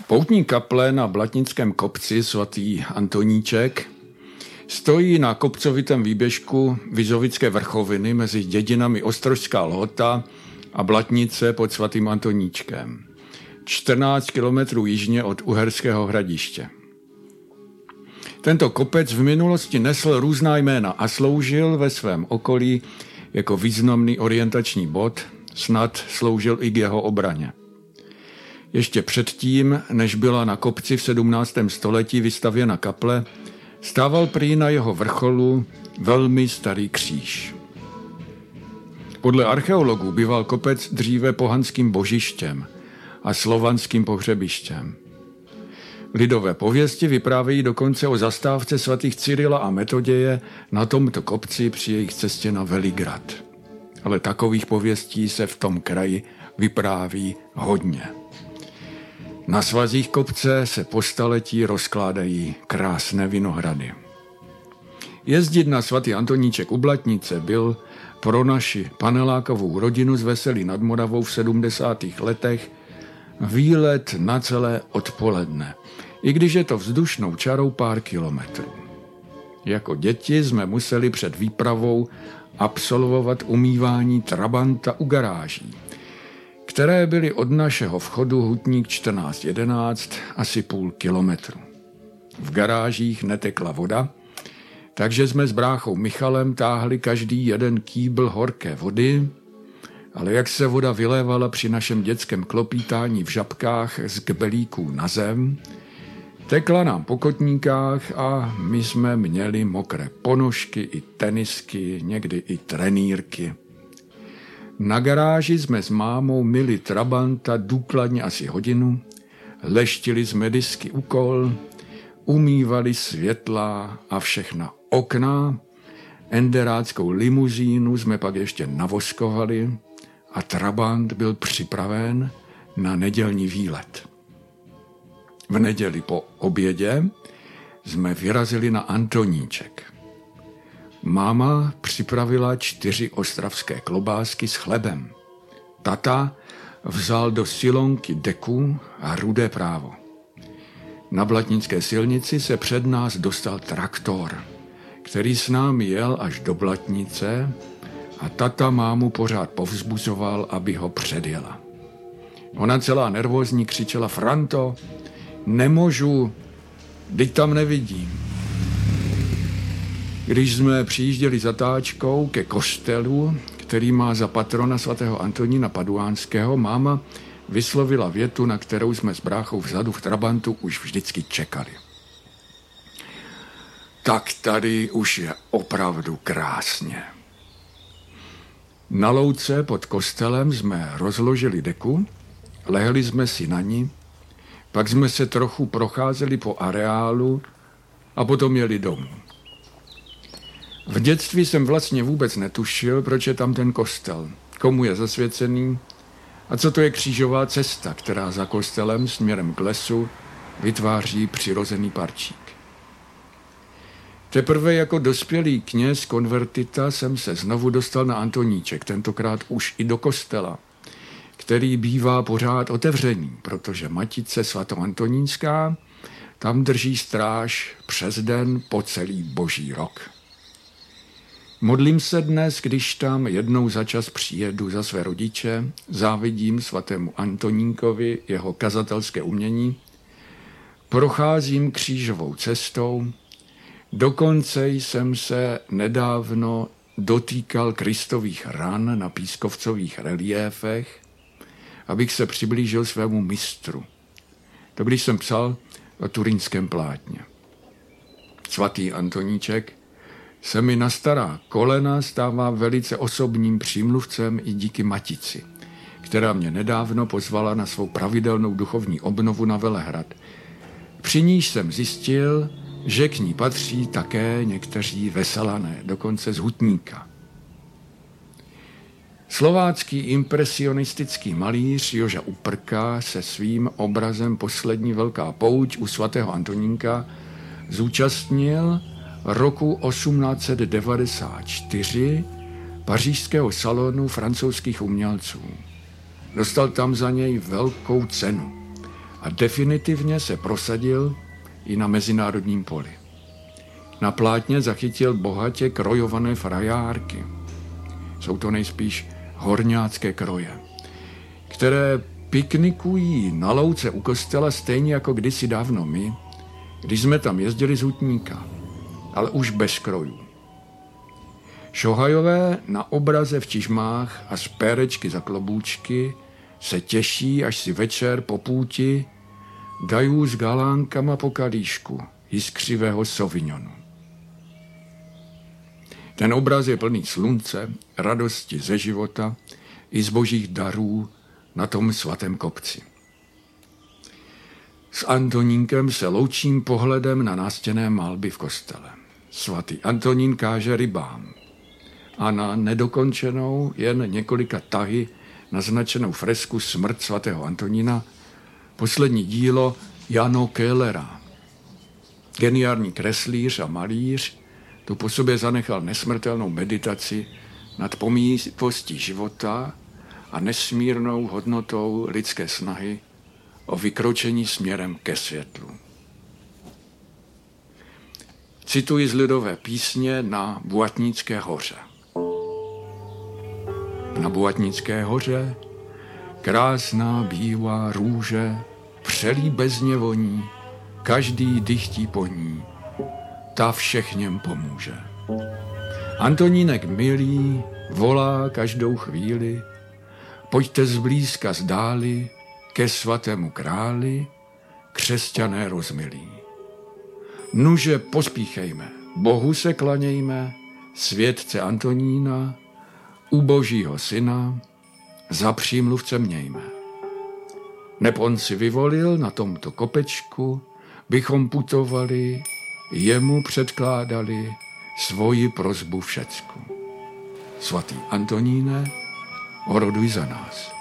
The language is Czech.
Poutní kaple na Blatnickém kopci svatý Antoníček stojí na kopcovitém výběžku Vizovické vrchoviny mezi dědinami Ostrožská Lhota a Blatnice pod svatým Antoníčkem, 14 kilometrů jižně od Uherského Hradiště. Tento kopec v minulosti nesl různá jména a sloužil ve svém okolí jako významný orientační bod, snad sloužil i k jeho obraně. Ještě předtím, než byla na kopci v 17. století vystavěna kaple, stával prý na jeho vrcholu velmi starý kříž. Podle archeologů býval kopec dříve pohanským božištěm a slovanským pohřebištěm. Lidové pověsti vyprávějí dokonce o zastávce svatých Cyrila a Metoděje na tomto kopci při jejich cestě na Veligrad. Ale takových pověstí se v tom kraji vypráví hodně. Na svazích kopce se po staletí rozkládají krásné vinohrady. Jezdit na svatý Antoníček u Blatnice byl pro naši panelákovou rodinu z Veselí nad Moravou v 70. letech výlet na celé odpoledne, i když je to vzdušnou čarou pár kilometrů. Jako děti jsme museli před výpravou absolvovat umývání trabanta u garáží, které byly od našeho vchodu Hutník 1411 asi půl kilometru. V garážích netekla voda, takže jsme s bráchou Michalem táhli každý jeden kýbl horké vody, ale jak se voda vylévala při našem dětském klopítání v žabkách z kbelíků na zem, tekla nám po kotníkách a my jsme měli mokré ponožky i tenisky, někdy i trenýrky. Na garáži jsme s mámou myli trabanta důkladně asi hodinu, leštili jsme disky u kol, umývali světla a všechna okna, enderáckou limuzínu jsme pak ještě navoskovali a trabant byl připraven na nedělní výlet. V neděli po obědě jsme vyrazili na Antoníček. Máma připravila 4 ostravské klobásky s chlebem. Tata vzal do silonky deku a rudé právo. Na Blatnické silnici se před nás dostal traktor, který s námi jel až do Blatnice a tata mámu pořád povzbuzoval, aby ho předjela. Ona celá nervózní křičela: Franto, nemůžu, teď tam nevidím. Když jsme přijížděli zatáčkou ke kostelu, který má za patrona svatého Antonína Paduánského, máma vyslovila větu, na kterou jsme s bráchou vzadu v trabantu už vždycky čekali. Tak tady už je opravdu krásně. Na louce pod kostelem jsme rozložili deku, lehli jsme si na ní, pak jsme se trochu procházeli po areálu a potom jeli domů. V dětství jsem vlastně vůbec netušil, proč je tam ten kostel, komu je zasvěcený a co to je křížová cesta, která za kostelem směrem k lesu vytváří přirozený parčík. Teprve jako dospělý kněz konvertita jsem se znovu dostal na Antoníček, tentokrát už i do kostela, který bývá pořád otevřený, protože matice svatoantonínská tam drží stráž přes den po celý boží rok. Modlím se dnes, když tam jednou za čas přijedu za své rodiče, závidím svatému Antonínkovi jeho kazatelské umění, procházím křížovou cestou, dokonce jsem se nedávno dotýkal Kristových ran na pískovcových reliéfech, abych se přiblížil svému mistru. To když jsem psal o turínském plátně. Svatý Antoníček se mi na stará kolena stává velice osobním přímluvcem i díky matici, která mě nedávno pozvala na svou pravidelnou duchovní obnovu na Velehrad. Při níž jsem zjistil, že k ní patří také někteří veselané, dokonce z Hutníka. Slovácký impresionistický malíř Joža Uprka se svým obrazem Poslední velká pouť u svatého Antonínka zúčastnil roku 1894 pařížského salonu francouzských umělců. Dostal tam za něj velkou cenu a definitivně se prosadil i na mezinárodním poli. Na plátně zachytil bohatě krojované frajárky. Jsou to nejspíš horňácké kroje, které piknikují na louce u kostela stejně jako kdysi dávno my, když jsme tam jezdili z hutníka, ale už bez krojů. Šohajové na obraze v čižmách a z pérečky za klobůčky se těší, až si večer po půti dají s galánkama po kalíšku jiskřivého Sauvignonu. Ten obraz je plný slunce, radosti ze života i z božích darů na tom svatém kopci. S Antonínkem se loučím pohledem na nástěnné malby v kostele. Svatý Antonín káže rybám a na nedokončenou jen několika tahy naznačenou fresku Smrt svatého Antonína poslední dílo Jano Kellera. Geniální kreslíř a malíř tu po sobě zanechal nesmrtelnou meditaci nad pomíjivostí života a nesmírnou hodnotou lidské snahy o vykročení směrem ke světlu. Cituji z lidové písně Na Blatnické hoře. Na Blatnické hoře krásná bílá růže přelíbezně voní, každý dychtí po ní, ta všechněm pomůže. Antonínek milý volá každou chvíli, pojďte zblízka zdáli ke svatému králi, křesťané rozmilí. Nuže pospíchejme, Bohu se klanějme, světce Antonína, u božího syna, za přímluvce mějme. Neb on si vyvolil na tomto kopečku, bychom putovali, jemu předkládali svoji prosbu všecku. Svatý Antoníne, oroduj za nás.